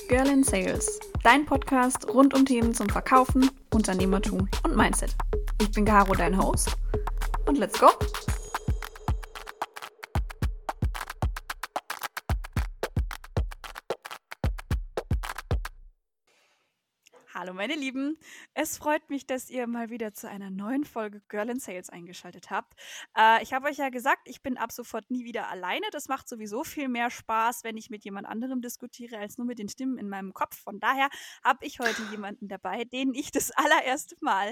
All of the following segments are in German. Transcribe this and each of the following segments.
Girl in Sales, dein Podcast rund um Themen zum Verkaufen, Unternehmertum und Mindset. Ich bin Caro, dein Host, und let's go! Hallo meine Lieben, es freut mich, dass ihr mal wieder zu einer neuen Folge Girl in Sales eingeschaltet habt. Ich habe euch ja gesagt, ich bin ab sofort nie wieder alleine. Das macht sowieso viel mehr Spaß, wenn ich mit jemand anderem diskutiere, als nur mit den Stimmen in meinem Kopf. Von daher habe ich heute jemanden dabei, den ich das allererste Mal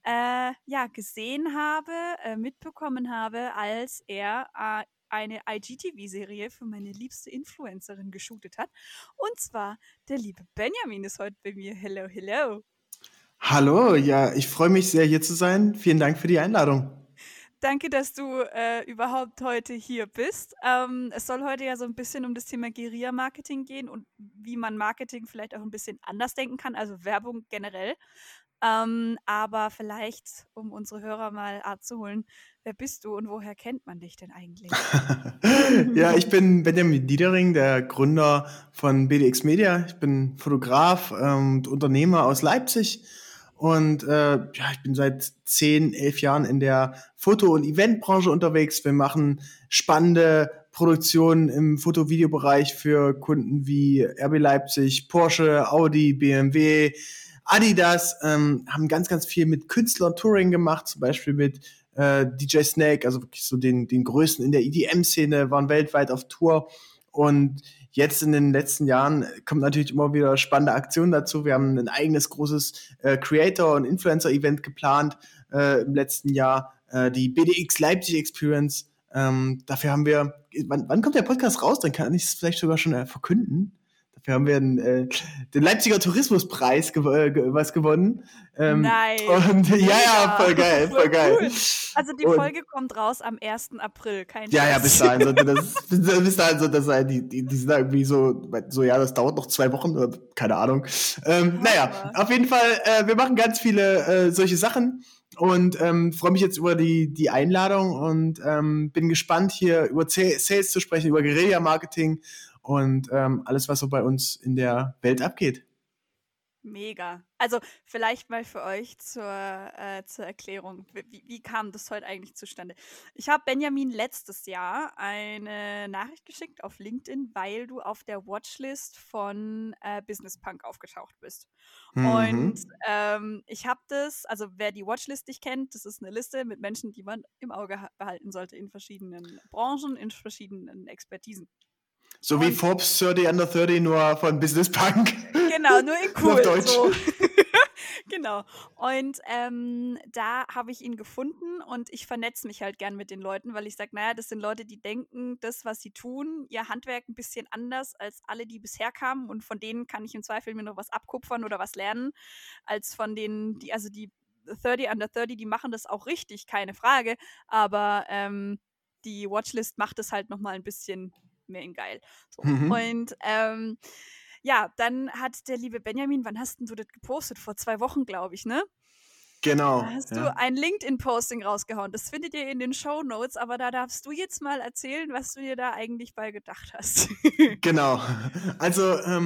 gesehen habe, mitbekommen habe, als er eine IGTV-Serie für meine liebste Influencerin geshootet hat. Und zwar der liebe Benjamin ist heute bei mir. Hello, hello. Hallo, ja, ich freue mich sehr, hier zu sein. Vielen Dank für die Einladung. Danke, dass du überhaupt heute hier bist. Es soll heute ja so ein bisschen um das Thema Guerilla-Marketing gehen und wie man Marketing vielleicht auch ein bisschen anders denken kann, also Werbung generell. Aber vielleicht, um unsere Hörer mal abzuholen, wer bist du und woher kennt man dich denn eigentlich? Ja, ich bin Benjamin Diedering, der Gründer von BDX Media. Ich bin Fotograf und Unternehmer aus Leipzig. Und ich bin seit 10, 11 Jahren in der Foto- und Eventbranche unterwegs. Wir machen spannende Produktionen im Foto-Video-Bereich für Kunden wie RB Leipzig, Porsche, Audi, BMW, Adidas, haben ganz, ganz viel mit Künstlern Touring gemacht, zum Beispiel mit DJ Snake, also wirklich so den Größten in der EDM-Szene, waren weltweit auf Tour. Und jetzt in den letzten Jahren kommt natürlich immer wieder spannende Aktionen dazu. Wir haben ein eigenes großes Creator- und Influencer-Event geplant im letzten Jahr, die BDX Leipzig Experience. Dafür haben wir, wann kommt der Podcast raus? Dann kann ich es vielleicht sogar schon verkünden. Dafür haben wir den Leipziger Tourismuspreis gewonnen. Nein. Und ja, voll geil, voll geil. Cool. Also die Folge kommt raus am 1. April, kein Spaß. Ja, bis dahin sollte das sein. Die sind da irgendwie so, ja, das dauert noch 2 Wochen, oder keine Ahnung. Naja, auf jeden Fall, wir machen ganz viele solche Sachen und freue mich jetzt über die Einladung und bin gespannt, hier über Sales zu sprechen, über Guerilla-Marketing und alles, was so bei uns in der Welt abgeht. Mega. Also vielleicht mal für euch zur Erklärung. Wie kam das heute eigentlich zustande? Ich habe Benjamin letztes Jahr eine Nachricht geschickt auf LinkedIn, weil du auf der Watchlist von Business Punk aufgetaucht bist. Und ich habe also wer die Watchlist nicht kennt, das ist eine Liste mit Menschen, die man im Auge behalten sollte in verschiedenen Branchen, in verschiedenen Expertisen. So wie Forbes 30 Under 30, nur von Business Punk. Genau, nur in cool. Auf Deutsch. So. Genau. Und da habe ich ihn gefunden und ich vernetze mich halt gern mit den Leuten, weil ich sage, naja, das sind Leute, die denken, das, was sie tun, ihr Handwerk ein bisschen anders als alle, die bisher kamen, und von denen kann ich im Zweifel mir noch was abkupfern oder was lernen, als von denen, die 30 Under 30, die machen das auch richtig, keine Frage, aber die Watchlist macht es halt nochmal ein bisschen mehr in geil. So. Und dann hat der liebe Benjamin, wann hast denn du das gepostet? Vor 2 Wochen, glaube ich, ne? Genau. Da hast du ein LinkedIn-Posting rausgehauen. Das findet ihr in den Shownotes, aber da darfst du jetzt mal erzählen, was du dir da eigentlich bei gedacht hast. Genau. Also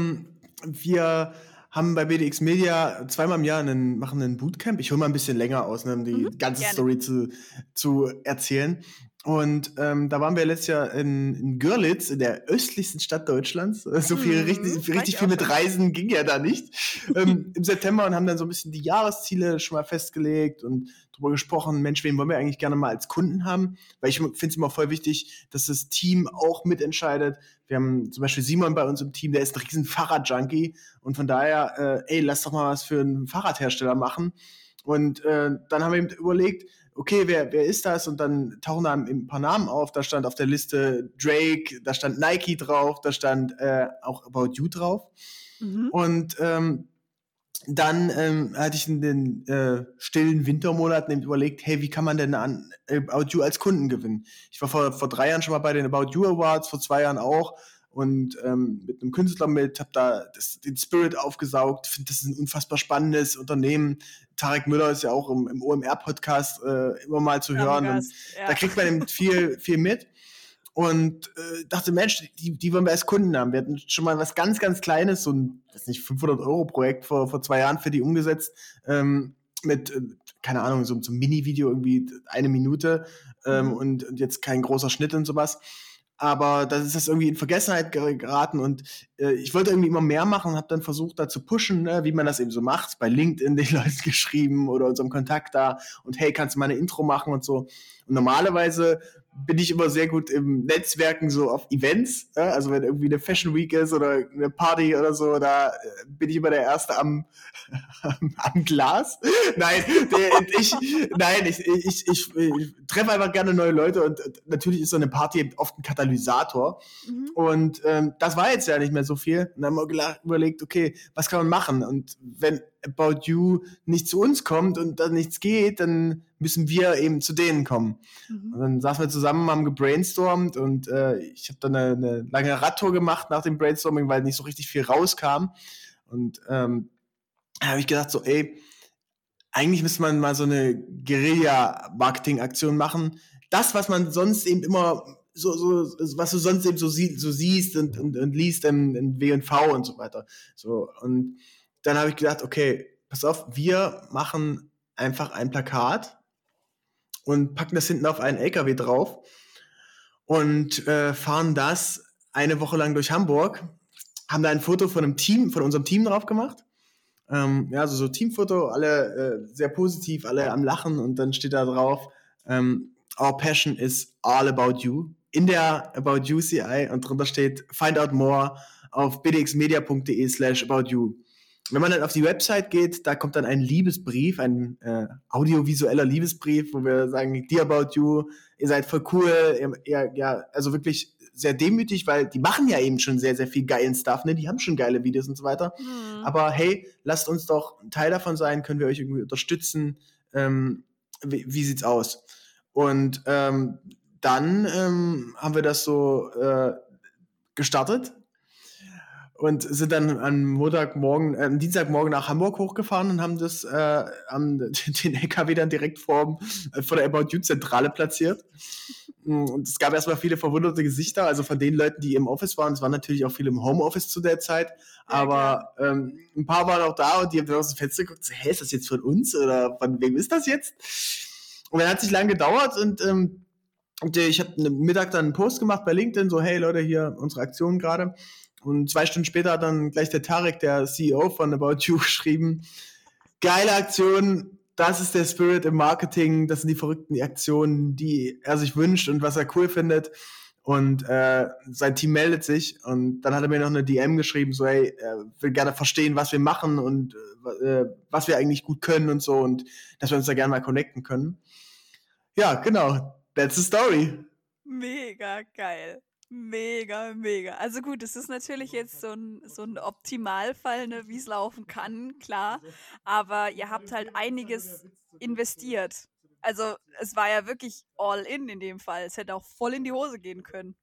wir haben bei BDX Media 2-mal im Jahr machen einen Bootcamp. Ich hole mal ein bisschen länger aus, um die ganze Story zu erzählen. Und da waren wir letztes Jahr in Görlitz, in der östlichsten Stadt Deutschlands. So viel richtig viel mit Reisen ging ja da nicht. Im September, und haben dann so ein bisschen die Jahresziele schon mal festgelegt und drüber gesprochen, Mensch, wen wollen wir eigentlich gerne mal als Kunden haben? Weil ich finde es immer voll wichtig, dass das Team auch mitentscheidet. Wir haben zum Beispiel Simon bei uns im Team, der ist ein riesen Fahrradjunkie, und von daher, lass doch mal was für einen Fahrradhersteller machen. Und dann haben wir eben überlegt, okay, wer ist das? Und dann tauchen da ein paar Namen auf. Da stand auf der Liste Drake, da stand Nike drauf, da stand auch About You drauf. Und dann hatte ich in den stillen Wintermonaten eben überlegt, hey, wie kann man denn an About You als Kunden gewinnen? Ich war vor 3 Jahren schon mal bei den About You Awards, vor 2 Jahren auch, und mit einem Künstler habe da den Spirit aufgesaugt, finde, das ist ein unfassbar spannendes Unternehmen. Tarek Müller ist ja auch im OMR-Podcast immer mal zu hören, und da kriegt man eben viel mit. und dachte, Mensch, die wollen wir als Kunden haben. Wir hatten schon mal was ganz, ganz Kleines, so ein, weiß nicht, 500-Euro-Projekt vor 2 Jahren für die umgesetzt, mit, keine Ahnung, so ein Mini-Video, irgendwie 1 Minute und jetzt kein großer Schnitt und sowas. Aber das ist das irgendwie in Vergessenheit geraten und ich wollte irgendwie immer mehr machen und habe dann versucht, da zu pushen, ne, wie man das eben so macht. Bei LinkedIn den Leuten geschrieben oder unserem Kontakt da und hey, kannst du mal eine Intro machen und so. Und normalerweise bin ich immer sehr gut im Netzwerken, so auf Events. Ja? Also wenn irgendwie eine Fashion Week ist oder eine Party oder so, da bin ich immer der Erste am Glas. Nein, ich treffe einfach gerne neue Leute und natürlich ist so eine Party oft ein Katalysator. Und das war jetzt ja nicht mehr so viel. Und dann haben wir überlegt, okay, was kann man machen? Und wenn About You nicht zu uns kommt und dann nichts geht, dann müssen wir eben zu denen kommen. Und dann saßen wir zusammen, haben gebrainstormt und ich habe dann eine lange Radtour gemacht nach dem Brainstorming, weil nicht so richtig viel rauskam. Und da habe ich gedacht so, ey, eigentlich müsste man mal so eine Guerilla-Marketing-Aktion machen. Das, was man sonst eben immer was du sonst eben so siehst und liest in W&V und so weiter. So, und dann habe ich gedacht, okay, pass auf, wir machen einfach ein Plakat und packen das hinten auf einen LKW drauf und fahren das eine Woche lang durch Hamburg, haben da ein Foto von unserem Team drauf gemacht. Ja, so Teamfoto, alle sehr positiv, alle am Lachen und dann steht da drauf, our passion is all about you. In der About You CI und drunter steht, find out more auf bdxmedia.de/about-you. Wenn man dann auf die Website geht, da kommt dann ein Liebesbrief, ein audiovisueller Liebesbrief, wo wir sagen, dear About You, ihr seid voll cool, ja, also wirklich sehr demütig, weil die machen ja eben schon sehr, sehr viel geilen Stuff, ne? Die haben schon geile Videos und so weiter. Aber hey, lasst uns doch ein Teil davon sein, können wir euch irgendwie unterstützen? Wie sieht's aus? Und dann haben wir das so gestartet und sind dann am Dienstagmorgen nach Hamburg hochgefahren und haben den LKW dann direkt vor der About You Zentrale platziert. Und es gab erstmal viele verwunderte Gesichter, also von den Leuten, die im Office waren. Es waren natürlich auch viele im Homeoffice zu der Zeit, aber ein paar waren auch da und die haben aus dem Fenster geguckt, so, hey, ist das jetzt von uns oder von wem ist das jetzt? Und dann hat es nicht lange gedauert und ich habe Mittag dann einen Post gemacht bei LinkedIn, so hey Leute, hier unsere Aktion gerade. Und 2 Stunden später hat dann gleich der Tarek, der CEO von About You, geschrieben, geile Aktion, das ist der Spirit im Marketing, das sind die verrückten Aktionen, die er sich wünscht und was er cool findet. Und sein Team meldet sich und dann hat er mir noch eine DM geschrieben, so hey, er will gerne verstehen, was wir machen und was wir eigentlich gut können und so und dass wir uns da gerne mal connecten können. Ja, genau. That's the story. Mega geil. Mega, mega. Also gut, es ist natürlich jetzt so ein Optimalfall, ne, wie es laufen kann, klar. Aber ihr habt halt einiges investiert. Also es war ja wirklich all in dem Fall. Es hätte auch voll in die Hose gehen können.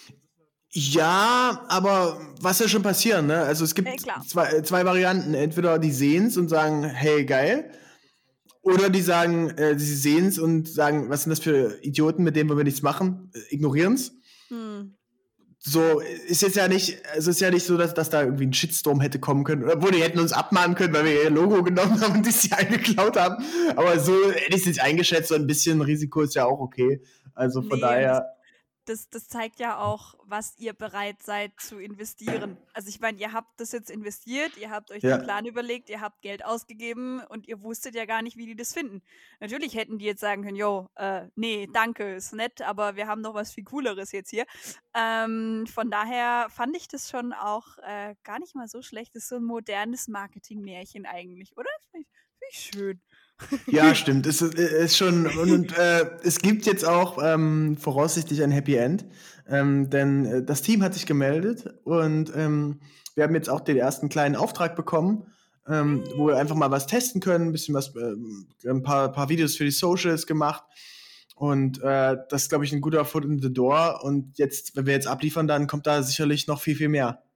Ja, aber was soll schon passieren, ne? Also es gibt zwei Varianten. Entweder die sehen es und sagen, hey, geil. Oder die sagen, sie sehen es und sagen, was sind das für Idioten, mit denen wir nichts machen, ignorieren es. So, ist jetzt ja nicht, also ist ja nicht so, dass da irgendwie ein Shitstorm hätte kommen können. Obwohl, die hätten uns abmahnen können, weil wir ihr Logo genommen haben und die sie eingeklaut haben. Aber so hätte ich es nicht eingeschätzt, so ein bisschen Risiko ist ja auch okay. Also von daher. Das zeigt ja auch, was ihr bereit seid zu investieren. Also ich meine, ihr habt das jetzt investiert, ihr habt euch den Plan überlegt, ihr habt Geld ausgegeben und ihr wusstet ja gar nicht, wie die das finden. Natürlich hätten die jetzt sagen können, jo, nee, danke, ist nett, aber wir haben noch was viel Cooleres jetzt hier. Von daher fand ich das schon auch gar nicht mal so schlecht. Das ist so ein modernes Marketing-Märchen eigentlich, oder? Finde ich schön. Ja, stimmt. Es ist schon. Und es gibt jetzt auch voraussichtlich ein Happy End. Denn das Team hat sich gemeldet und wir haben jetzt auch den ersten kleinen Auftrag bekommen, wo wir einfach mal was testen können, ein bisschen was, ein paar Videos für die Socials gemacht. Und das ist, glaube ich, ein guter Foot in the Door. Und jetzt, wenn wir jetzt abliefern, dann kommt da sicherlich noch viel, viel mehr.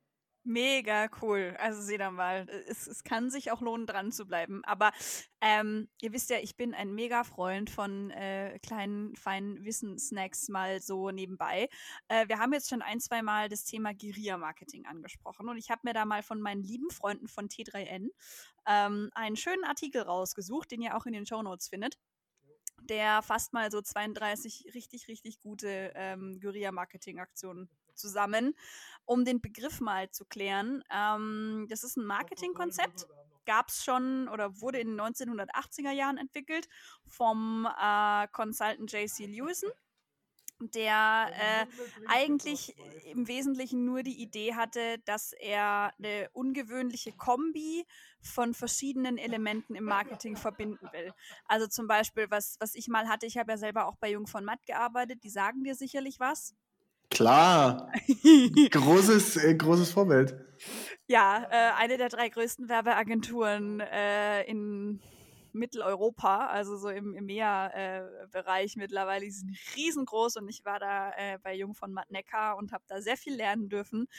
Mega cool. Also seht ihr mal, es kann sich auch lohnen, dran zu bleiben. Aber ihr wisst ja, ich bin ein Mega-Freund von kleinen, feinen Wissenssnacks mal so nebenbei. Wir haben jetzt schon ein, zwei Mal das Thema Guerilla-Marketing angesprochen und ich habe mir da mal von meinen lieben Freunden von T3N einen schönen Artikel rausgesucht, den ihr auch in den Shownotes findet. Der fasst mal so 32 richtig, richtig gute Guerilla-Marketing-Aktionen zusammen, um den Begriff mal zu klären. Das ist ein Marketingkonzept, gab es schon oder wurde in den 1980er Jahren entwickelt vom Consultant J.C. Lewison, der eigentlich im Wesentlichen nur die Idee hatte, dass er eine ungewöhnliche Kombi von verschiedenen Elementen im Marketing verbinden will. Also zum Beispiel, was ich mal hatte, ich habe ja selber auch bei Jung von Matt gearbeitet, die sagen dir sicherlich was. Klar, großes Vorbild. Ja, eine der 3 größten Werbeagenturen in Mitteleuropa, also so im EMEA-Bereich mittlerweile. Die sind riesengroß und ich war da bei Jung von Matt Neckar und habe da sehr viel lernen dürfen.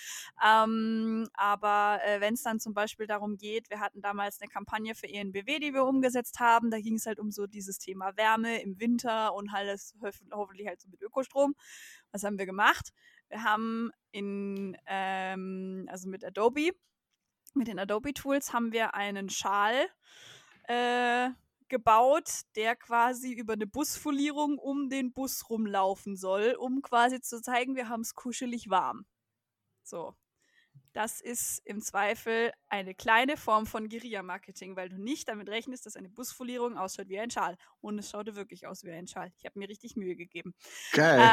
Aber wenn es dann zum Beispiel darum geht, wir hatten damals eine Kampagne für ENBW, die wir umgesetzt haben, da ging es halt um so dieses Thema Wärme im Winter und alles hoffentlich halt so mit Ökostrom. Was haben wir gemacht? Wir haben also mit den Adobe-Tools haben wir einen Schal gebaut, der quasi über eine Busfolierung um den Bus rumlaufen soll, um quasi zu zeigen, wir haben es kuschelig warm. So. Das ist im Zweifel eine kleine Form von Guerilla-Marketing, weil du nicht damit rechnest, dass eine Busfolierung ausschaut wie ein Schal. Und es schaute wirklich aus wie ein Schal. Ich habe mir richtig Mühe gegeben. Geil.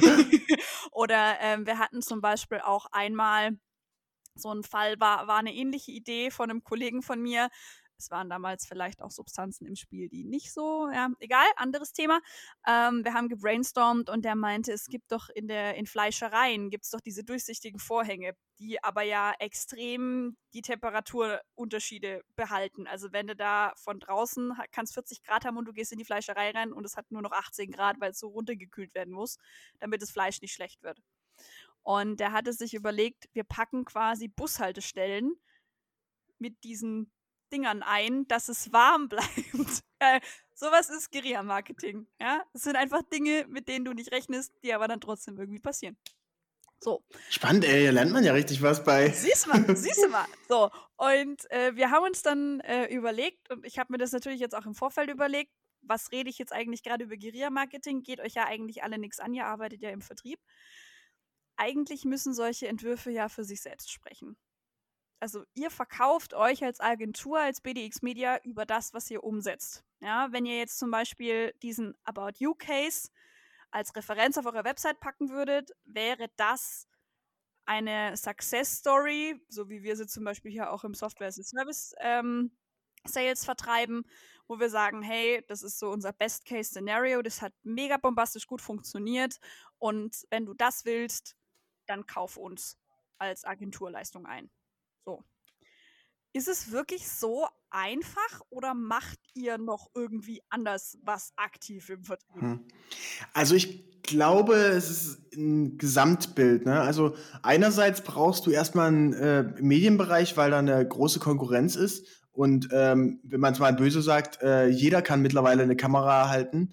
Oder wir hatten zum Beispiel auch einmal so ein Fall, war eine ähnliche Idee von einem Kollegen von mir. Es waren damals vielleicht auch Substanzen im Spiel, die nicht so, ja, egal, anderes Thema. Wir haben gebrainstormt und der meinte, es gibt doch in Fleischereien gibt es doch diese durchsichtigen Vorhänge, die aber ja extrem die Temperaturunterschiede behalten. Also wenn du da von draußen kannst 40 Grad haben und du gehst in die Fleischerei rein und es hat nur noch 18 Grad, weil es so runtergekühlt werden muss, damit das Fleisch nicht schlecht wird. Und der hatte sich überlegt, wir packen quasi Bushaltestellen mit diesen Dingern ein, dass es warm bleibt. Sowas ist Guerilla-Marketing. Ja? Das sind einfach Dinge, mit denen du nicht rechnest, die aber dann trotzdem irgendwie passieren. So. Spannend, ey, hier lernt man ja richtig was bei. Siehst du mal. So. Und wir haben uns dann überlegt, und ich habe mir das natürlich jetzt auch im Vorfeld überlegt, was rede ich jetzt eigentlich gerade über Guerilla-Marketing? Geht euch ja eigentlich alle nichts an, ihr arbeitet ja im Vertrieb. Eigentlich müssen solche Entwürfe ja für sich selbst sprechen. Also ihr verkauft euch als Agentur, als BDX Media über das, was ihr umsetzt. Ja, wenn ihr jetzt zum Beispiel diesen About You Case als Referenz auf eurer Website packen würdet, wäre das eine Success Story, so wie wir sie zum Beispiel hier auch im Software as a Service Sales vertreiben, wo wir sagen, hey, das ist so unser Best-Case-Szenario, das hat mega bombastisch gut funktioniert und wenn du das willst, dann kauf uns als Agenturleistung ein. So. Ist es wirklich so einfach oder macht ihr noch irgendwie anders was aktiv im Vertrieb? Also ich glaube, es ist ein Gesamtbild. Ne? Also einerseits brauchst du erstmal einen Medienbereich, weil da eine große Konkurrenz ist. Und wenn man es mal böse sagt, jeder kann mittlerweile eine Kamera halten.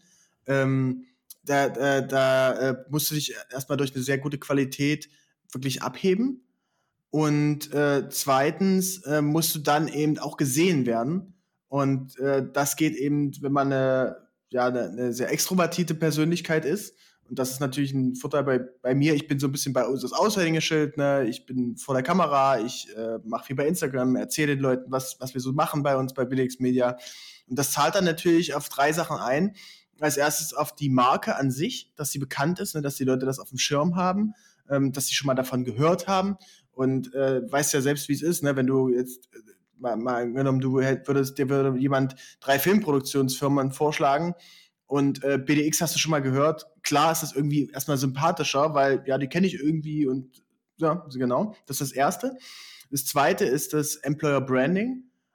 Da musst du dich erstmal durch eine sehr gute Qualität wirklich abheben. Und zweitens musst du dann eben auch gesehen werden. Und das geht eben, wenn man eine sehr extrovertierte Persönlichkeit ist. Und das ist natürlich ein Vorteil bei mir. Ich bin so ein bisschen bei uns das Aushängeschild. Ne? Ich bin vor der Kamera, ich mache viel bei Instagram, erzähle den Leuten, was wir so machen bei uns bei BDX Media. Und das zahlt dann natürlich auf 3 Sachen ein. Als erstes auf die Marke an sich, dass sie bekannt ist, ne? Dass die Leute das auf dem Schirm haben, dass sie schon mal davon gehört haben. Und weißt ja selbst, wie es ist, ne? Wenn du jetzt mal angenommen, dir würde jemand 3 Filmproduktionsfirmen vorschlagen und BDX hast du schon mal gehört. Klar ist das irgendwie erstmal sympathischer, weil ja, die kenne ich irgendwie und ja, genau. Das ist das Erste. Das Zweite ist das Employer Branding.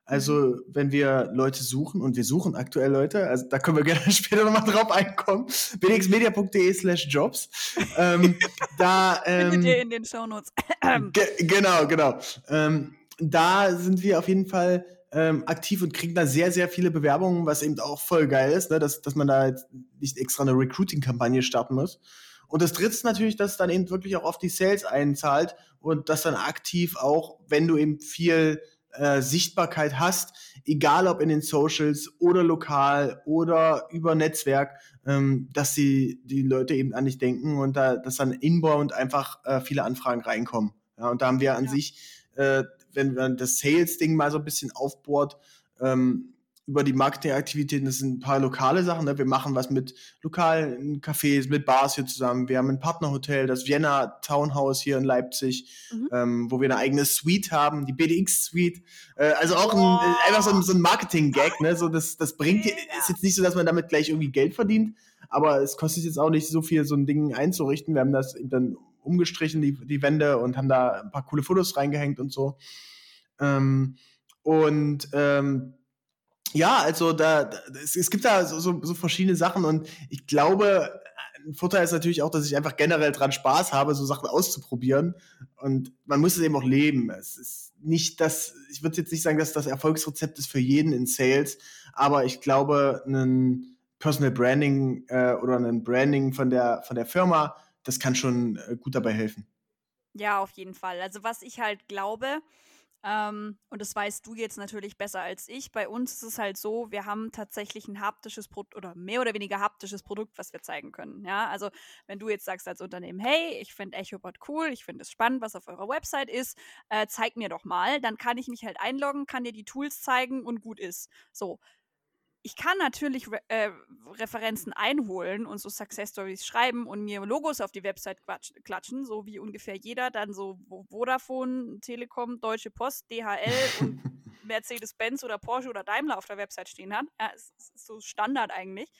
Also, wenn wir Leute suchen, und wir suchen aktuell Leute, also da können wir gerne später nochmal drauf einkommen, bdxmedia.de/jobs. Findet ihr in den Shownotes. Genau. Da sind wir auf jeden Fall aktiv und kriegen da sehr, sehr viele Bewerbungen, was eben auch voll geil ist, ne? dass man da jetzt nicht extra eine Recruiting-Kampagne starten muss. Und das Dritte ist natürlich, dass es dann eben wirklich auch auf die Sales einzahlt und dass dann aktiv auch, wenn du eben viel Sichtbarkeit hast, egal ob in den Socials oder lokal oder über Netzwerk, dass die Leute eben an dich denken und dass dann inbound einfach viele Anfragen reinkommen. Ja, und da haben wir an sich, wenn man das Sales-Ding mal so ein bisschen aufbohrt, über die Marketingaktivitäten, das sind ein paar lokale Sachen. Ne? Wir machen was mit lokalen Cafés, mit Bars hier zusammen. Wir haben ein Partnerhotel, das Vienna Townhouse hier in Leipzig, wo wir eine eigene Suite haben, die BDX-Suite. Also auch einfach so ein Marketing-Gag. Ne? So das bringt, ist jetzt nicht so, dass man damit gleich irgendwie Geld verdient, aber es kostet jetzt auch nicht so viel, so ein Ding einzurichten. Wir haben das dann umgestrichen, die Wände, und haben da ein paar coole Fotos reingehängt und so. Ja, also es gibt da so verschiedene Sachen, und ich glaube, ein Vorteil ist natürlich auch, dass ich einfach generell dran Spaß habe, so Sachen auszuprobieren, und man muss es eben auch leben. Es ist nicht ich würde jetzt nicht sagen, dass das Erfolgsrezept ist für jeden in Sales, aber ich glaube, ein Personal Branding oder ein Branding von der Firma, das kann schon gut dabei helfen. Ja, auf jeden Fall. Also was ich halt glaube, und das weißt du jetzt natürlich besser als ich, bei uns ist es halt so, wir haben tatsächlich ein haptisches Produkt oder mehr oder weniger haptisches Produkt, was wir zeigen können. Ja, also wenn du jetzt sagst als Unternehmen, hey, ich finde EchoBot cool, ich finde es spannend, was auf eurer Website ist, zeig mir doch mal, dann kann ich mich halt einloggen, kann dir die Tools zeigen und gut ist. So. Ich kann natürlich Referenzen einholen und so Success Stories schreiben und mir Logos auf die Website klatschen, so wie ungefähr jeder dann so Vodafone, Telekom, Deutsche Post, DHL und Mercedes-Benz oder Porsche oder Daimler auf der Website stehen hat. Ja, es ist so Standard eigentlich.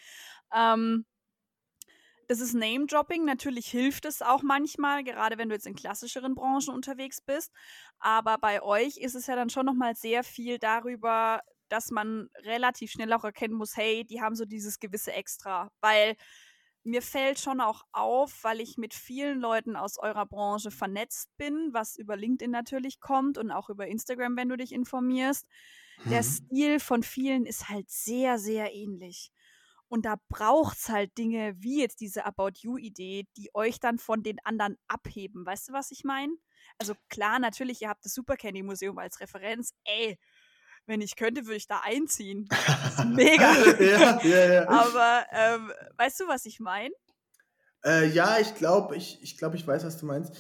Das ist Name-Dropping. Natürlich hilft es auch manchmal, gerade wenn du jetzt in klassischeren Branchen unterwegs bist. Aber bei euch ist es ja dann schon nochmal sehr viel darüber, dass man relativ schnell auch erkennen muss, hey, die haben so dieses gewisse Extra. Weil mir fällt schon auch auf, weil ich mit vielen Leuten aus eurer Branche vernetzt bin, was über LinkedIn natürlich kommt und auch über Instagram, wenn du dich informierst. Der Stil von vielen ist halt sehr, sehr ähnlich. Und da braucht es halt Dinge wie jetzt diese About You-Idee, die euch dann von den anderen abheben. Weißt du, was ich meine? Also klar, natürlich, ihr habt das Super Candy Museum als Referenz. Ey, wenn ich könnte, würde ich da einziehen. Das ist mega. Ja. Aber weißt du, was ich meine? Ja, ich glaube, ich weiß, was du meinst.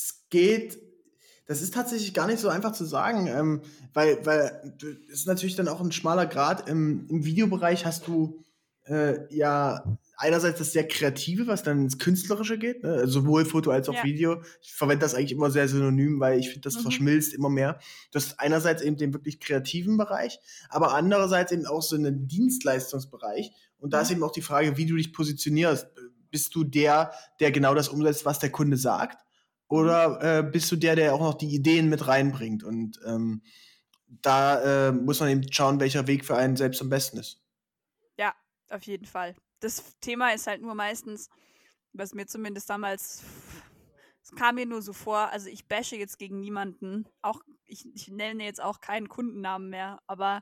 Das ist tatsächlich gar nicht so einfach zu sagen, weil es ist natürlich dann auch ein schmaler Grat. Im Videobereich hast du ja einerseits das sehr Kreative, was dann ins Künstlerische geht, ne? Sowohl Foto als auch Video. Ich verwende das eigentlich immer sehr synonym, weil ich finde, das verschmilzt immer mehr. Das ist einerseits eben den wirklich kreativen Bereich, aber andererseits eben auch so einen Dienstleistungsbereich. Und da ist eben auch die Frage, wie du dich positionierst. Bist du der genau das umsetzt, was der Kunde sagt? Oder bist du der auch noch die Ideen mit reinbringt? Und da muss man eben schauen, welcher Weg für einen selbst am besten ist. Ja, auf jeden Fall. Das Thema ist halt nur meistens, was mir zumindest damals, es kam mir nur so vor, also ich bashe jetzt gegen niemanden, auch ich nenne jetzt auch keinen Kundennamen mehr, aber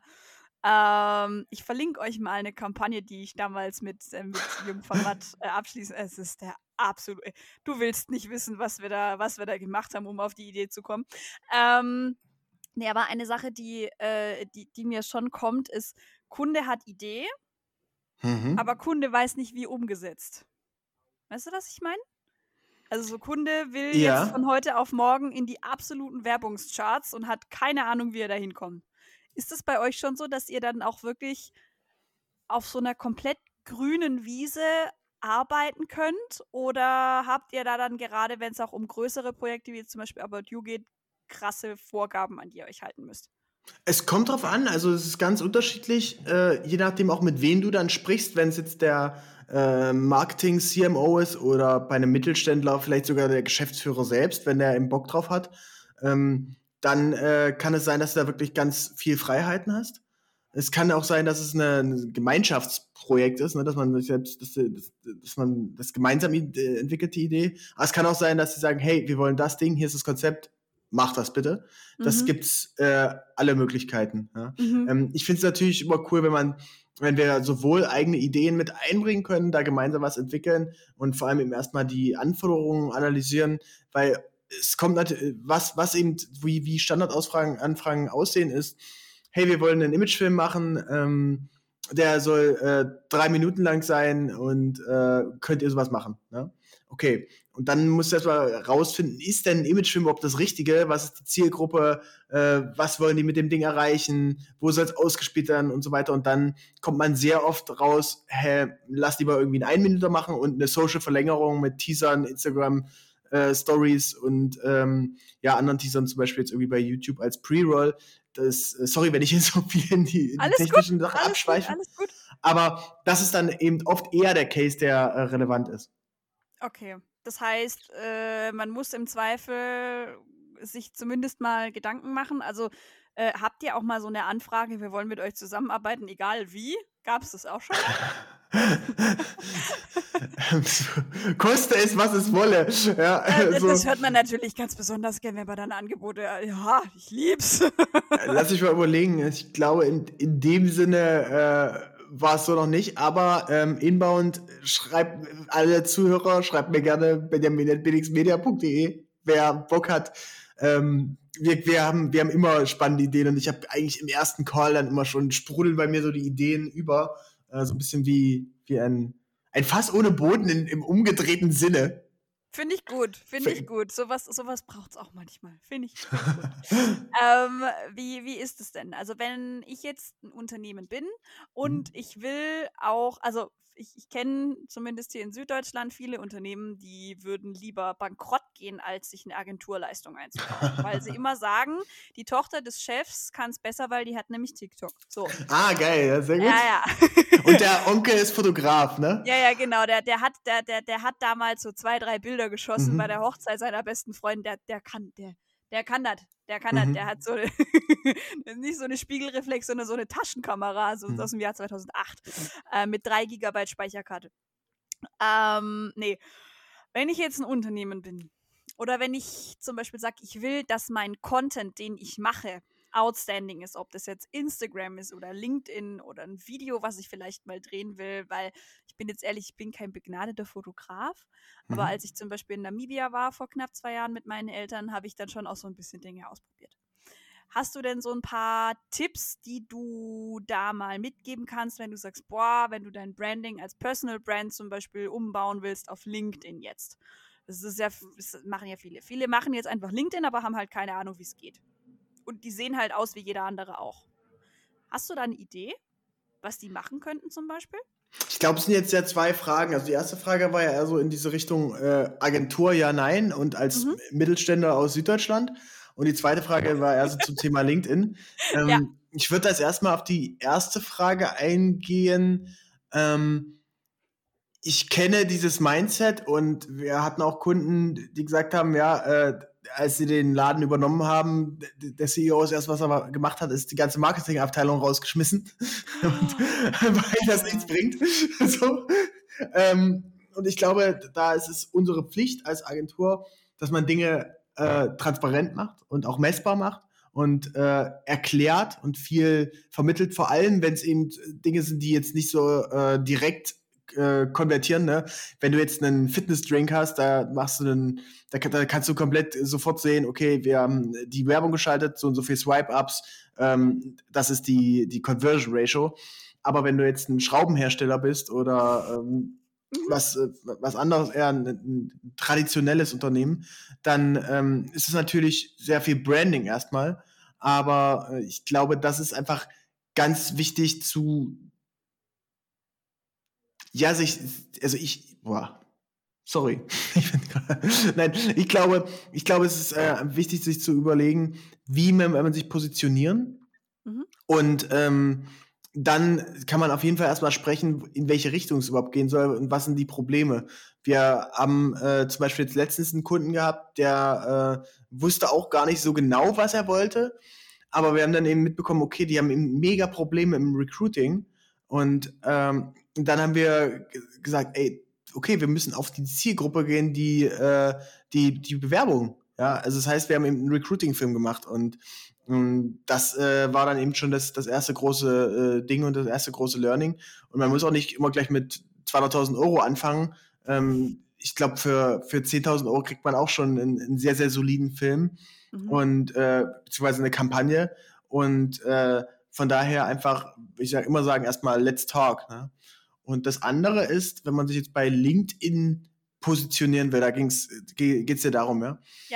ich verlinke euch mal eine Kampagne, die ich damals mit Jürgen von Matt abschließe. Es ist der absolute, du willst nicht wissen, was wir da gemacht haben, um auf die Idee zu kommen. Nee, aber eine Sache, die mir schon kommt, ist, Kunde hat Idee, aber Kunde weiß nicht, wie umgesetzt. Weißt du, was ich meine? Also so Kunde will jetzt von heute auf morgen in die absoluten Werbungscharts und hat keine Ahnung, wie er da hinkommt. Ist es bei euch schon so, dass ihr dann auch wirklich auf so einer komplett grünen Wiese arbeiten könnt? Oder habt ihr da dann gerade, wenn es auch um größere Projekte wie jetzt zum Beispiel About You geht, krasse Vorgaben, an die ihr euch halten müsst? Es kommt drauf an, also es ist ganz unterschiedlich, je nachdem auch mit wem du dann sprichst, wenn es jetzt der Marketing-CMO ist oder bei einem Mittelständler vielleicht sogar der Geschäftsführer selbst, wenn der eben Bock drauf hat. dann kann es sein, dass du da wirklich ganz viel Freiheiten hast. Es kann auch sein, dass es ein Gemeinschaftsprojekt ist, ne, dass man sich selbst, dass man das gemeinsam entwickelt, die Idee. Aber es kann auch sein, dass sie sagen, hey, wir wollen das Ding, hier ist das Konzept, mach das bitte. Das gibt's alle Möglichkeiten. Ja. Ich finde es natürlich immer cool, wenn wir sowohl eigene Ideen mit einbringen können, da gemeinsam was entwickeln und vor allem eben erstmal die Anforderungen analysieren, weil es kommt natürlich, was eben, wie Anfragen aussehen ist, hey, wir wollen einen Imagefilm machen, der soll 3 Minuten lang sein und könnt ihr sowas machen? Ne? Okay, und dann musst du erstmal rausfinden, ist denn ein Imagefilm überhaupt das Richtige? Was ist die Zielgruppe? Was wollen die mit dem Ding erreichen? Wo soll es ausgespielt werden und so weiter? Und dann kommt man sehr oft raus, lass lieber irgendwie einen 1-Minüter machen und eine Social-Verlängerung mit Teasern, Instagram, Stories und anderen Teasern, zum Beispiel jetzt irgendwie bei YouTube als Pre-Roll. Sorry, wenn ich jetzt so viel in die technischen Sachen abschweife. Alles gut. Aber das ist dann eben oft eher der Case, der relevant ist. Okay, das heißt, man muss im Zweifel sich zumindest mal Gedanken machen. Also habt ihr auch mal so eine Anfrage, wir wollen mit euch zusammenarbeiten, egal wie? Gab es das auch schon? Koste es, was es wolle. Ja, das hört man natürlich ganz besonders gern, wenn man dann Angebote, ja, ich lieb's. Lass mich mal überlegen. Ich glaube, in dem Sinne war es so noch nicht, aber Inbound, schreibt alle Zuhörer, schreibt mir gerne benjamin@bdxmedia.de, wer Bock hat. Wir haben immer spannende Ideen und ich habe eigentlich im ersten Call dann immer schon sprudeln bei mir so die Ideen über, so ein bisschen wie ein Fass ohne Boden im umgedrehten Sinne. Finde ich gut, ich gut. Sowas braucht es auch manchmal. Finde ich gut. Wie ist es denn? Also wenn ich jetzt ein Unternehmen bin und ich will auch, also ich kenne zumindest hier in Süddeutschland viele Unternehmen, die würden lieber bankrott gehen, als sich eine Agenturleistung einzukaufen, weil sie immer sagen, die Tochter des Chefs kann es besser, weil die hat nämlich TikTok. So. Ah, geil, ja, sehr gut. Ja. Und der Onkel ist Fotograf, ne? Ja, genau. Der hat damals so 2, 3 Bilder geschossen bei der Hochzeit seiner besten Freundin. Der kann das. Der hat so nicht so eine Spiegelreflex, sondern so eine Taschenkamera, so aus dem Jahr 2008, mit 3 GB Speicherkarte. Nee. Wenn ich jetzt ein Unternehmen bin oder wenn ich zum Beispiel sage, ich will, dass mein Content, den ich mache, outstanding ist, ob das jetzt Instagram ist oder LinkedIn oder ein Video, was ich vielleicht mal drehen will, weil ich bin jetzt ehrlich, ich bin kein begnadeter Fotograf, aber als ich zum Beispiel in Namibia war vor knapp 2 Jahren mit meinen Eltern, habe ich dann schon auch so ein bisschen Dinge ausprobiert. Hast du denn so ein paar Tipps, die du da mal mitgeben kannst, wenn du sagst, wenn du dein Branding als Personal Brand zum Beispiel umbauen willst auf LinkedIn jetzt? Das machen ja viele. Viele machen jetzt einfach LinkedIn, aber haben halt keine Ahnung, wie es geht. Und die sehen halt aus wie jeder andere auch. Hast du da eine Idee, was die machen könnten zum Beispiel? Ich glaube, es sind jetzt ja 2 Fragen. Also die erste Frage war ja eher so in diese Richtung Agentur, ja, nein und als Mittelständler aus Süddeutschland. Und die zweite Frage war eher so zum Thema LinkedIn. Ich würde als erstmal auf die erste Frage eingehen. Ich kenne dieses Mindset und wir hatten auch Kunden, die gesagt haben, als sie den Laden übernommen haben, der CEO ist erst, was er gemacht hat, ist die ganze Marketingabteilung rausgeschmissen, weil das nichts bringt. So. Und ich glaube, da ist es unsere Pflicht als Agentur, dass man Dinge transparent macht und auch messbar macht und erklärt und viel vermittelt, vor allem, wenn es eben Dinge sind, die jetzt nicht so direkt konvertieren, ne? Wenn du jetzt einen Fitnessdrink hast, da kannst du komplett sofort sehen, okay, wir haben die Werbung geschaltet, so und so viel Swipe-Ups, das ist die Conversion Ratio. Aber wenn du jetzt ein Schraubenhersteller bist oder was anderes, eher ein traditionelles Unternehmen, dann ist es natürlich sehr viel Branding erstmal. Aber ich glaube, das ist einfach ganz wichtig sorry. Nein, ich glaube, es ist wichtig, sich zu überlegen, wie man sich positionieren. Und dann kann man auf jeden Fall erstmal sprechen, in welche Richtung es überhaupt gehen soll und was sind die Probleme. Wir haben zum Beispiel jetzt letztens einen Kunden gehabt, der wusste auch gar nicht so genau, was er wollte, aber wir haben dann eben mitbekommen, okay, die haben eben mega Probleme im Recruiting und dann haben wir gesagt, ey, okay, wir müssen auf die Zielgruppe gehen, die Bewerbung. Ja, also das heißt, wir haben eben einen Recruiting-Film gemacht und das war dann eben schon das erste große Ding und das erste große Learning. Und man muss auch nicht immer gleich mit 200.000 Euro anfangen. Ich glaube, für 10.000 Euro kriegt man auch schon einen sehr, sehr soliden Film und beziehungsweise eine Kampagne. Und von daher einfach, ich sage immer sagen, erstmal let's talk. Ne? Und das andere ist, wenn man sich jetzt bei LinkedIn positionieren will, da geht's ja darum, ja? Ja.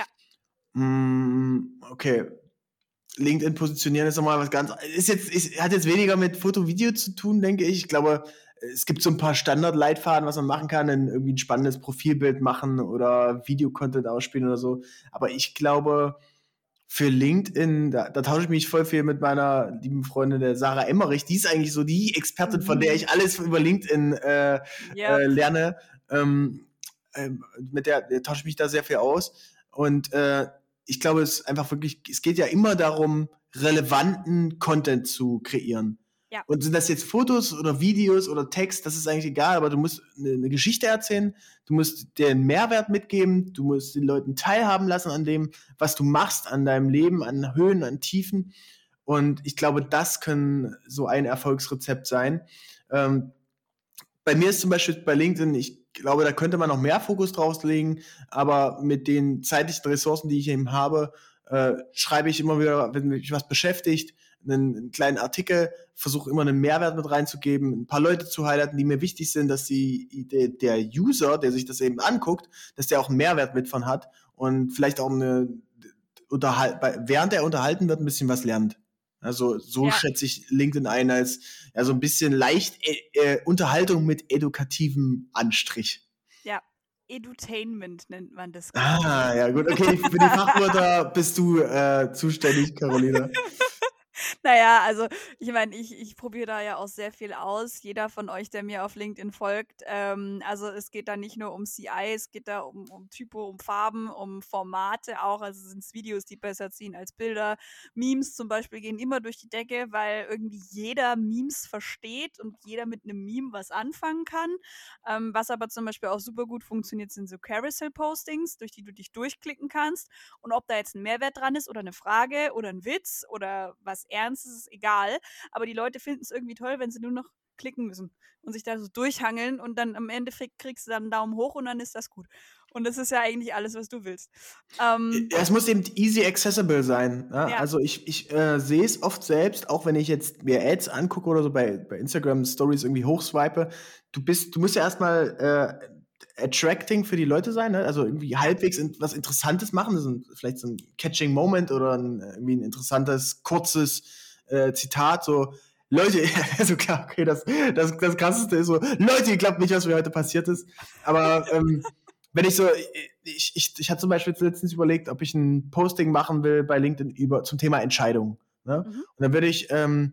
Okay. LinkedIn positionieren ist nochmal was ganz, hat jetzt weniger mit Foto-Video zu tun, denke ich. Ich glaube, es gibt so ein paar Standardleitfaden, was man machen kann, irgendwie ein spannendes Profilbild machen oder Videocontent ausspielen oder so. Aber ich glaube, für LinkedIn, da tausche ich mich voll viel mit meiner lieben Freundin, der Sarah Emmerich. Die ist eigentlich so die Expertin, von der ich alles über LinkedIn lerne. Mit der tausche ich mich da sehr viel aus. Und ich glaube, es geht ja immer darum, relevanten Content zu kreieren. Ja. Und sind das jetzt Fotos oder Videos oder Text, das ist eigentlich egal, aber du musst eine Geschichte erzählen, du musst dir einen Mehrwert mitgeben, du musst den Leuten teilhaben lassen an dem, was du machst, an deinem Leben, an Höhen, an Tiefen. Und ich glaube, das können so ein Erfolgsrezept sein. Bei mir ist zum Beispiel bei LinkedIn, ich glaube, da könnte man noch mehr Fokus drauf legen, aber mit den zeitlichen Ressourcen, die ich eben habe, schreibe ich immer wieder, wenn mich was beschäftigt, einen kleinen Artikel, versuche immer einen Mehrwert mit reinzugeben, ein paar Leute zu highlighten, die mir wichtig sind, dass der User, der sich das eben anguckt, dass der auch einen Mehrwert mit von hat und vielleicht auch während er unterhalten wird, ein bisschen was lernt. Also so schätze ich LinkedIn ein als so ein bisschen leicht Unterhaltung mit edukativem Anstrich. Ja, Edutainment nennt man das. Ja gut, okay, für die Fachwörter bist du zuständig, Carolina. Naja, also ich meine, ich probiere da ja auch sehr viel aus. Jeder von euch, der mir auf LinkedIn folgt. Also es geht da nicht nur um CI, es geht da um Typo, um Farben, um Formate auch. Also sind es Videos, die besser ziehen als Bilder. Memes zum Beispiel gehen immer durch die Decke, weil irgendwie jeder Memes versteht und jeder mit einem Meme was anfangen kann. Was aber zum Beispiel auch super gut funktioniert, sind so Carousel-Postings, durch die du dich durchklicken kannst. Und ob da jetzt ein Mehrwert dran ist oder eine Frage oder ein Witz oder was Ernstes, ist egal. Aber die Leute finden es irgendwie toll, wenn sie nur noch klicken müssen und sich da so durchhangeln und dann am Endeffekt kriegst du dann einen Daumen hoch und dann ist das gut. Und das ist ja eigentlich alles, was du willst. Es muss eben easy accessible sein. Ne? Ja. Also ich sehe es oft selbst, auch wenn ich jetzt mir Ads angucke oder so bei Instagram Stories irgendwie hochswipe. Du musst ja erstmal attracting für die Leute sein, ne? Also irgendwie halbwegs was Interessantes machen, vielleicht so ein catching Moment oder irgendwie ein interessantes, kurzes Zitat, so Leute, also klar, okay, das Krasseste ist so, Leute, ihr glaubt nicht, was mir heute passiert ist, aber wenn ich so, ich hatte zum Beispiel letztens überlegt, ob ich ein Posting machen will bei LinkedIn zum Thema Entscheidung. Ne? Und dann würde ich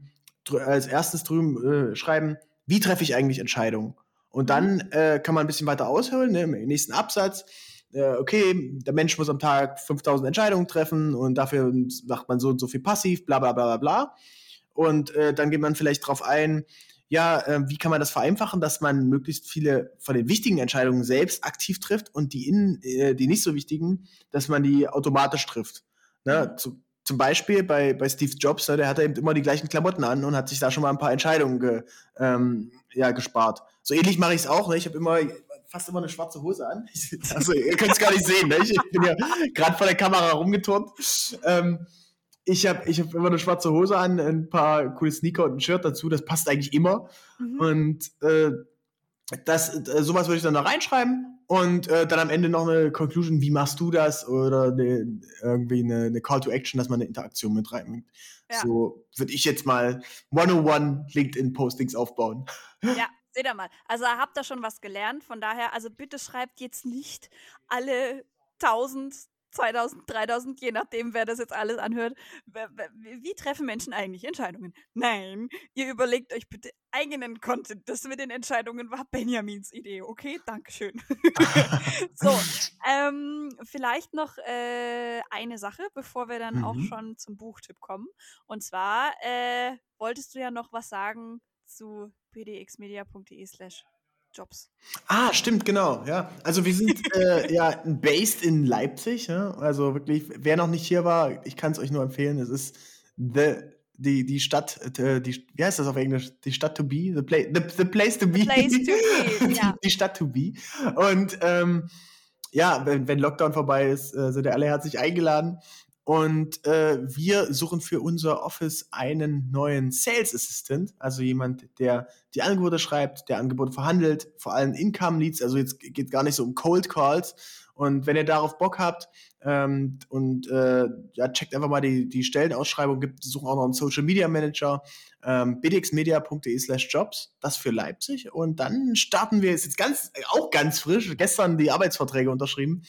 als erstes drüben schreiben, wie treffe ich eigentlich Entscheidungen? Und dann kann man ein bisschen weiter ausholen, ne, im nächsten Absatz. Okay, der Mensch muss am Tag 5.000 Entscheidungen treffen und dafür macht man so und so viel passiv, bla bla bla bla bla. Und dann geht man vielleicht drauf ein, wie kann man das vereinfachen, dass man möglichst viele von den wichtigen Entscheidungen selbst aktiv trifft und die nicht so wichtigen, dass man die automatisch trifft. Ne? Zum Beispiel bei Steve Jobs, ne, der hatte eben immer die gleichen Klamotten an und hat sich da schon mal ein paar Entscheidungen gespart. So ähnlich mache ich es auch. Ne? Ich habe fast immer eine schwarze Hose an. Also ihr könnt es gar nicht sehen. Ne? Ich bin ja gerade vor der Kamera rumgeturnt. Ich hab immer eine schwarze Hose an, ein paar coole Sneaker und ein Shirt dazu. Das passt eigentlich immer. Und sowas würde ich dann da reinschreiben und dann am Ende noch eine Conclusion, wie machst du das? Oder irgendwie eine Call to Action, dass man eine Interaktion mit reinbringt. Ja. So würde ich jetzt mal 101 LinkedIn-Postings aufbauen. Ja, seht ihr mal. Also habt ihr schon was gelernt. Von daher, also bitte schreibt jetzt nicht alle 1000 2000, 3000, je nachdem, wer das jetzt alles anhört. Wie treffen Menschen eigentlich Entscheidungen? Nein, ihr überlegt euch bitte eigenen Content. Das mit den Entscheidungen war Benjamins Idee, okay? Dankeschön. So, vielleicht noch eine Sache, bevor wir dann auch schon zum Buchtipp kommen. Und zwar wolltest du ja noch was sagen zu bdxmedia.de/jobs. Stimmt, genau, ja. Also wir sind ja based in Leipzig, ja? Also wirklich, wer noch nicht hier war, ich kann es euch nur empfehlen. Es ist die Stadt, wie heißt das auf Englisch? Die Stadt to be, the place to be. The place to be, ja. Die Stadt to be. Und ja, wenn Lockdown vorbei ist, sind ja alle herzlich eingeladen. Und wir suchen für unser Office einen neuen Sales Assistant, also jemand, der die Angebote schreibt, der Angebote verhandelt, vor allem Income Leads, also jetzt geht gar nicht so um Cold Calls. Und wenn ihr darauf Bock habt ja, checkt einfach mal die Stellenausschreibung, suchen auch noch einen Social Media Manager, bdxmedia.de/jobs, das für Leipzig. Und dann starten wir, ist jetzt auch ganz frisch, gestern die Arbeitsverträge unterschrieben.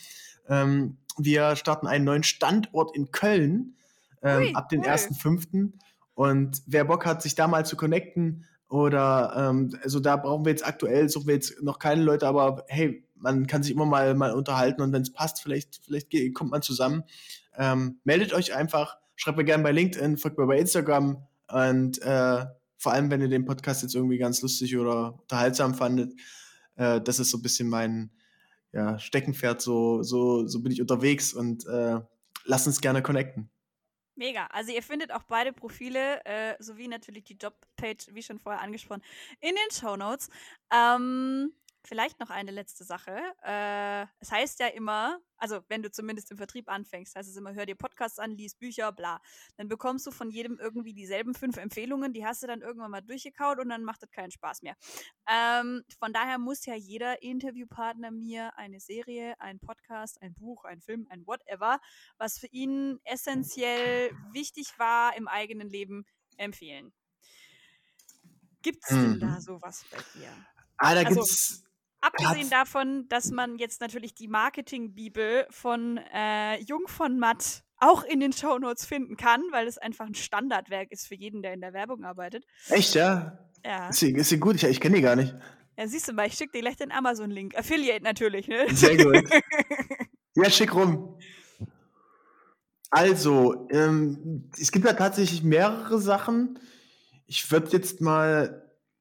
Wir starten einen neuen Standort in Köln ab den 1.5. Und wer Bock hat, sich da mal zu connecten oder also da suchen wir jetzt noch keine Leute, aber hey, man kann sich immer mal unterhalten und wenn es passt, vielleicht kommt man zusammen. Meldet euch einfach, schreibt mir gerne bei LinkedIn, folgt mir bei Instagram und vor allem, wenn ihr den Podcast jetzt irgendwie ganz lustig oder unterhaltsam fandet, das ist so ein bisschen mein Steckenpferd, so bin ich unterwegs und lasst uns gerne connecten. Mega. Also ihr findet auch beide Profile, sowie natürlich die Jobpage, wie schon vorher angesprochen, in den Shownotes. Vielleicht noch eine letzte Sache. Es heißt ja immer, also wenn du zumindest im Vertrieb anfängst, heißt es immer, hör dir Podcasts an, lies Bücher, bla. Dann bekommst du von jedem irgendwie dieselben 5 Empfehlungen, die hast du dann irgendwann mal durchgekaut und dann macht das keinen Spaß mehr. Von daher muss ja jeder Interviewpartner mir eine Serie, ein Podcast, ein Buch, ein Film, ein whatever, was für ihn essentiell wichtig war im eigenen Leben, empfehlen. Gibt's denn da sowas bei dir? Da gibt's. Abgesehen davon, dass man jetzt natürlich die Marketing-Bibel von Jung von Matt auch in den Shownotes finden kann, weil es einfach ein Standardwerk ist für jeden, der in der Werbung arbeitet. Echt, ja? Ja. Ist sie gut? Ich kenne die gar nicht. Ja, siehst du mal, ich schicke dir gleich den Amazon-Link. Affiliate natürlich, ne? Sehr gut. Ja, schick rum. Also, es gibt ja tatsächlich mehrere Sachen. Ich würde jetzt mal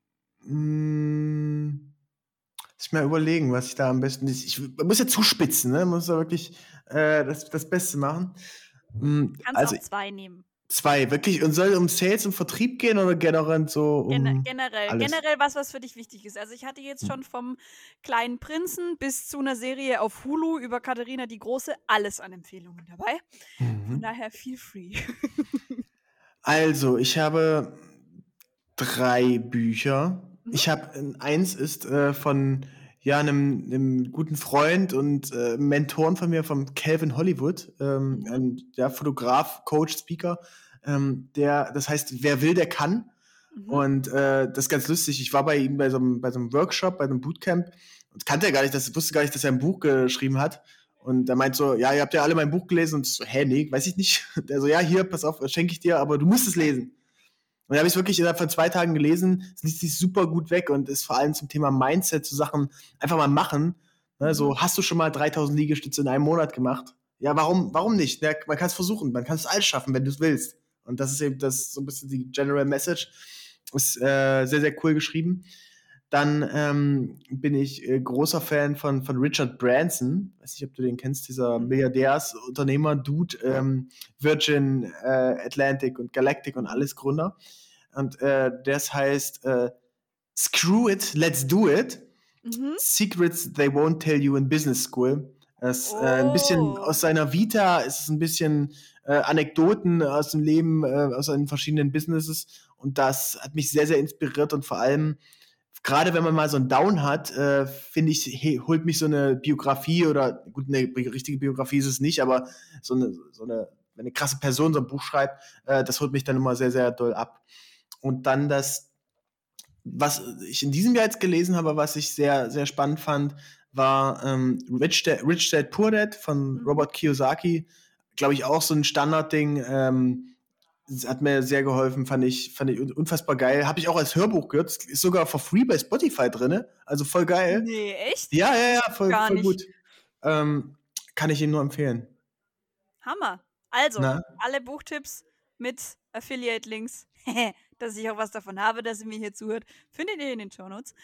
überlegen, was ich da am besten ist. Ich muss ja zuspitzen, ne? Muss da wirklich das Beste machen. Kannst auch 2 nehmen. 2, wirklich? Und soll es um Sales und Vertrieb gehen oder generell so um Generell was für dich wichtig ist. Also ich hatte jetzt schon vom kleinen Prinzen bis zu einer Serie auf Hulu über Katharina die Große alles an Empfehlungen dabei. Von daher feel free. Also, ich habe 3 Bücher. Ich habe eins ist von einem guten Freund und Mentoren von mir, vom Calvin Hollywood, ein Fotograf, Coach, Speaker. Das heißt, wer will, der kann. Und das ist ganz lustig. Ich war bei ihm bei so einem Workshop, bei einem Bootcamp und wusste gar nicht, dass er ein Buch geschrieben hat. Und er meint so, ja, ihr habt ja alle mein Buch gelesen. Und ich so, nee, weiß ich nicht. Der so, ja, hier, pass auf, schenke ich dir, aber du musst es lesen. Und da habe ich es wirklich innerhalb von 2 Tagen gelesen. Es liest sich super gut weg und ist vor allem zum Thema Mindset, zu Sachen einfach mal machen. Ne, so, hast du schon mal 3000 Liegestütze in einem Monat gemacht? Ja, warum nicht? Ja, man kann es versuchen, man kann es alles schaffen, wenn du es willst. Und das ist eben so ein bisschen die General Message. Ist sehr, sehr cool geschrieben. Dann bin ich großer Fan von Richard Branson. Weiß nicht, ob du den kennst, dieser Milliardärs-Unternehmer-Dude, Virgin Atlantic und Galactic und alles Gründer. Und das heißt Screw It, Let's Do It. Secrets They Won't Tell You in Business School. Das ein bisschen aus seiner Vita, ist es ein bisschen Anekdoten aus dem Leben, aus seinen verschiedenen Businesses. Und das hat mich sehr, sehr inspiriert und vor allem gerade wenn man mal so einen Down hat, finde ich, holt mich so eine Biografie oder, gut, eine richtige Biografie ist es nicht, aber wenn eine krasse Person so ein Buch schreibt, das holt mich dann immer sehr, sehr doll ab. Und dann was ich in diesem Jahr jetzt gelesen habe, was ich sehr, sehr spannend fand, war Rich Dad Poor Dad von Robert Kiyosaki. Glaube ich auch so ein Standardding. Das hat mir sehr geholfen, fand ich unfassbar geil. Habe ich auch als Hörbuch gehört. Ist sogar for free bei Spotify drin. Also voll geil. Nee, echt? Ja, voll Gar nicht. gut. Kann ich Ihnen nur empfehlen. Hammer. Also, Na? alle Buchtipps mit Affiliate-Links, dass ich auch was davon habe, dass ihr mir hier zuhört, findet ihr in den Shownotes.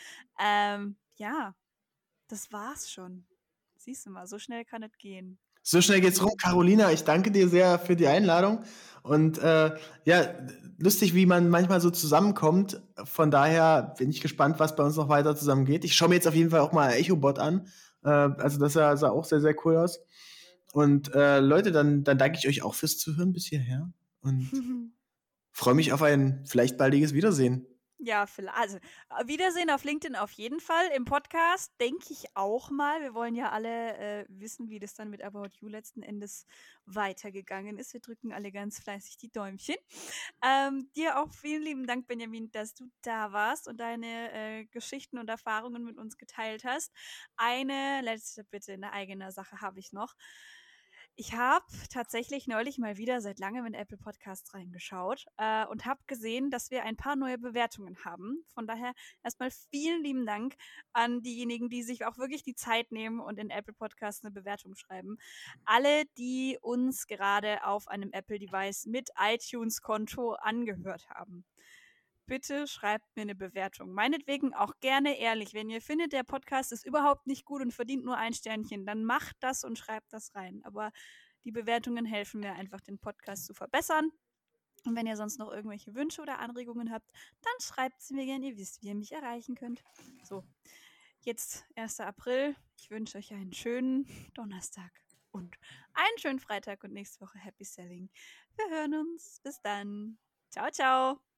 Ja, das war's schon. Siehst du mal, so schnell kann es gehen. So schnell geht's rum. Carolina, ich danke dir sehr für die Einladung. Und ja, lustig, wie man manchmal so zusammenkommt. Von daher bin ich gespannt, was bei uns noch weiter zusammen geht. Ich schaue mir jetzt auf jeden Fall auch mal EchoBot an. Also das sah auch sehr, sehr cool aus. Und Leute, dann danke ich euch auch fürs Zuhören bis hierher. Und freue mich auf ein vielleicht baldiges Wiedersehen. Ja, also Wiedersehen auf LinkedIn auf jeden Fall. Im Podcast denke ich auch mal. Wir wollen ja alle wissen, wie das dann mit About You letzten Endes weitergegangen ist. Wir drücken alle ganz fleißig die Däumchen. Dir auch vielen lieben Dank, Benjamin, dass du da warst und deine Geschichten und Erfahrungen mit uns geteilt hast. Eine letzte Bitte in eigener Sache habe ich noch. Ich habe tatsächlich neulich mal wieder seit langem in Apple Podcasts reingeschaut und habe gesehen, dass wir ein paar neue Bewertungen haben. Von daher erstmal vielen lieben Dank an diejenigen, die sich auch wirklich die Zeit nehmen und in Apple Podcasts eine Bewertung schreiben. Alle, die uns gerade auf einem Apple-Device mit iTunes-Konto angehört haben. Bitte schreibt mir eine Bewertung. Meinetwegen auch gerne ehrlich. Wenn ihr findet, der Podcast ist überhaupt nicht gut und verdient nur ein Sternchen, dann macht das und schreibt das rein. Aber die Bewertungen helfen mir einfach, den Podcast zu verbessern. Und wenn ihr sonst noch irgendwelche Wünsche oder Anregungen habt, dann schreibt sie mir gerne. Ihr wisst, wie ihr mich erreichen könnt. So, jetzt 1. April. Ich wünsche euch einen schönen Donnerstag und einen schönen Freitag und nächste Woche Happy Selling. Wir hören uns. Bis dann. Ciao, ciao.